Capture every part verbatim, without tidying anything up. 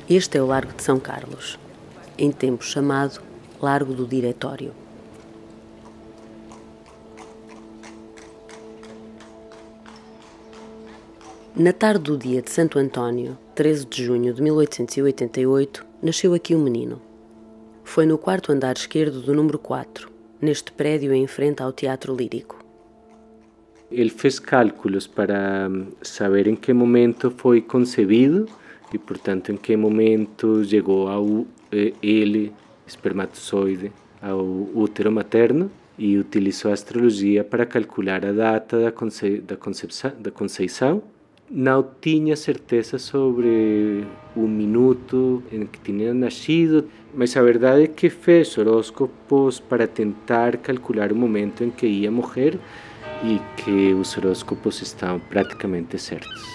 Este é o Largo de São Carlos, em tempo chamado Largo do Diretório. Na tarde do dia de Santo António, treze de junho de mil oitocentos e oitenta e oito, nasceu aqui um menino. Foi no quarto andar esquerdo do número quatro, neste prédio em frente ao Teatro Lírico. Ele fez cálculos para saber em que momento foi concebido e, portanto, em que momento chegou ao eh, ele, espermatozoide, ao útero materno, e utilizou a astrologia para calcular a data da, conce da, concepção, da conceição. Não tinha certeza sobre o minuto em que tinha nascido, mas a verdade é que fez horóscopos para tentar calcular o momento em que ia morrer e que os horóscopos estão praticamente certos.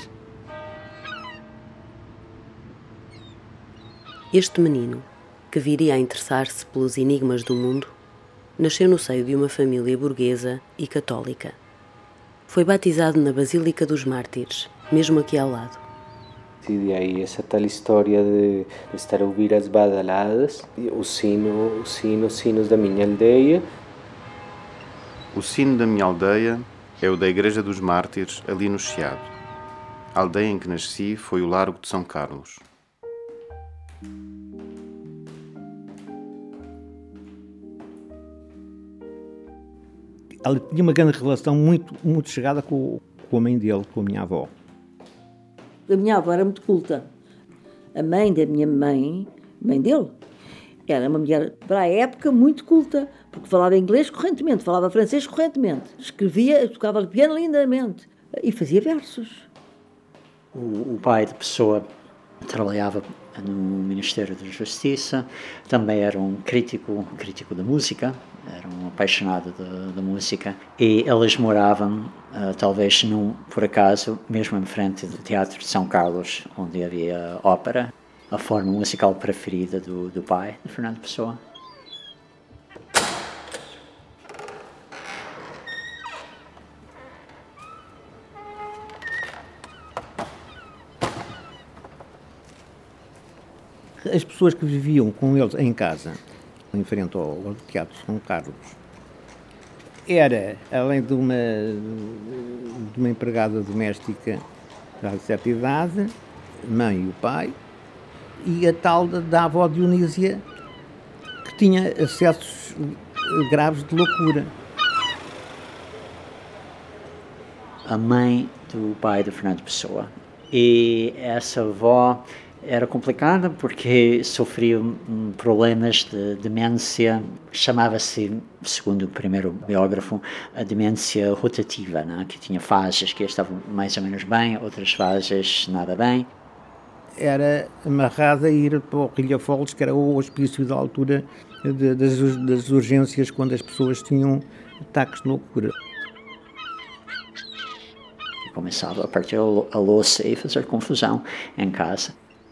Este menino, que viria a interessar-se pelos enigmas do mundo, nasceu no seio de uma família burguesa e católica. Foi batizado na Basílica dos Mártires, mesmo aqui ao lado. E aí essa tal história de estar a ouvir as badaladas, o sino, os sinos, sinos da minha aldeia. O sino da minha aldeia é o da Igreja dos Mártires, ali no Chiado. A aldeia em que nasci foi o Largo de São Carlos. Ela tinha uma grande relação muito, muito chegada com, com a mãe dele, com a minha avó. A minha avó era muito culta. A mãe da minha mãe, mãe dele, era uma mulher, para a época, muito culta, porque falava inglês correntemente, falava francês correntemente, escrevia, tocava piano lindamente e fazia versos. O, o pai de Pessoa trabalhava no Ministério da Justiça, também era um crítico, um crítico da música, era um apaixonado da música, e eles moravam, uh, talvez num, por acaso, mesmo em frente do Teatro de São Carlos, onde havia ópera, a forma musical preferida do, do pai, de Fernando Pessoa. As pessoas que viviam com eles em casa, em frente ao Teatro de São Carlos, era, além de uma, de uma empregada doméstica de certa idade, a mãe e o pai, e a tal da avó Dionísia, que tinha acessos graves de loucura. A mãe do pai de Fernando Pessoa. E essa avó era complicada porque sofria problemas de demência, chamava-se, segundo o primeiro biógrafo, a demência rotativa, né? Que tinha fases que estavam mais ou menos bem, outras fases nada bem. Era amarrada a ir para o Rilhafoles, que era o hospício da altura de, das, das urgências, quando as pessoas tinham ataques de loucura. E começava a partir a louça e fazer confusão em casa.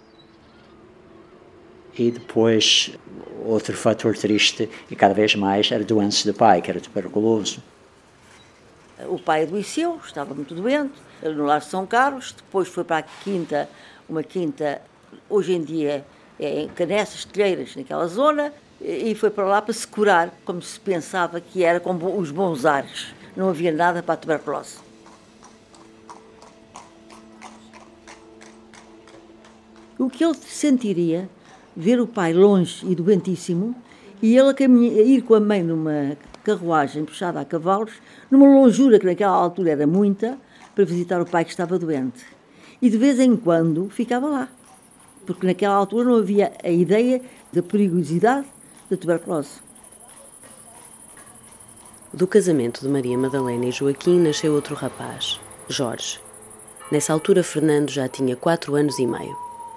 E depois, outro fator triste, e cada vez mais, era a doença do pai, que era tuberculoso. O pai adoeceu, estava muito doente, no Lar de São Carlos, depois foi para a quinta, uma quinta, hoje em dia é em Canessas, Telheiras, naquela zona, e foi para lá para se curar, como se pensava que era com os bons ares. Não havia nada para a tuberculose. O que ele sentiria ver o pai longe e doentíssimo, e ele a, caminhar, a ir com a mãe numa carruagem puxada a cavalos, numa longura que naquela altura era muita, para visitar o pai que estava doente. E de vez em quando ficava lá, porque naquela altura não havia a ideia da perigosidade da tuberculose. Do casamento de Maria Madalena e Joaquim nasceu outro rapaz, Jorge. Nessa altura, Fernando já tinha quatro anos e meio.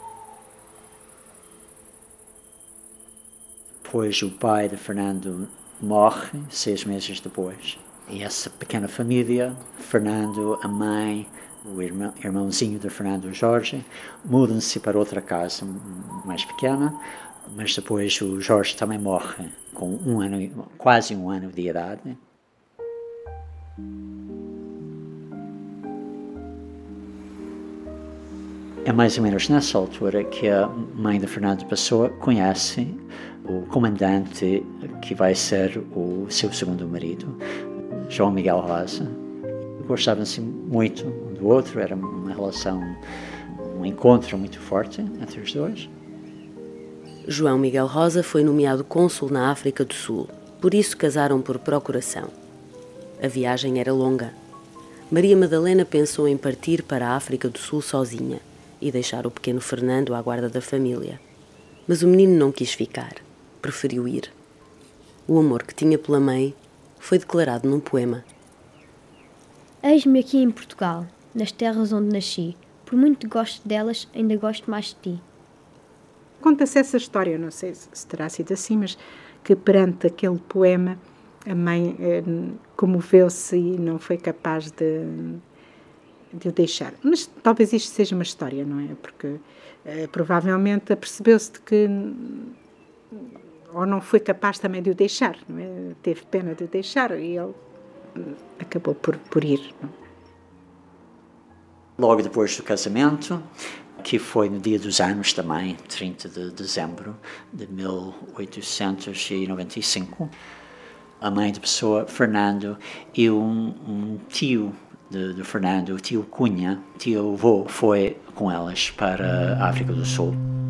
Depois o pai de Fernando morre, seis meses depois. E essa pequena família, Fernando, a mãe, o irmão, irmãozinho de Fernando, Jorge, mudam-se para outra casa mais pequena, mas depois o Jorge também morre com um ano, quase um ano de idade. É mais ou menos nessa altura que a mãe de Fernando Pessoa conhece o comandante que vai ser o seu segundo marido, João Miguel Rosa. Gostavam-se muito um do outro, era uma relação, um encontro muito forte entre os dois. João Miguel Rosa foi nomeado cônsul na África do Sul, por isso casaram por procuração. A viagem era longa. Maria Madalena pensou em partir para a África do Sul sozinha e deixar o pequeno Fernando à guarda da família. Mas o menino não quis ficar, preferiu ir. O amor que tinha pela mãe foi declarado num poema. Eis-me aqui em Portugal, nas terras onde nasci. Por muito que gosto delas, ainda gosto mais de ti. Conta-se essa história, não sei se terá sido assim, mas que perante aquele poema a mãe eh, comoveu-se e não foi capaz de, de o deixar. Mas talvez isto seja uma história, não é? Porque eh, provavelmente apercebeu-se de que ou não foi capaz também de o deixar, não é? Teve pena de o deixar e ele acabou por, por ir. Não? Logo depois do casamento, que foi no dia dos anos também, trinta de dezembro de mil oitocentos e noventa e cinco, a mãe de Pessoa, Fernando, e um, um tio de, de Fernando, o tio Cunha, tio avô, foi com elas para a África do Sul.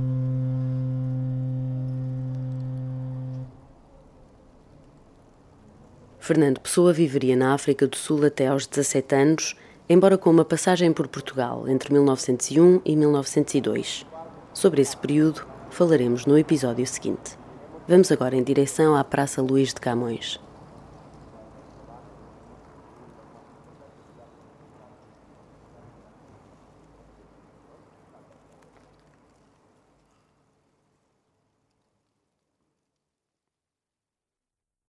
Fernando Pessoa viveria na África do Sul até aos dezassete anos, embora com uma passagem por Portugal entre mil novecentos e um e mil novecentos e dois. Sobre esse período falaremos no episódio seguinte. Vamos agora em direção à Praça Luís de Camões.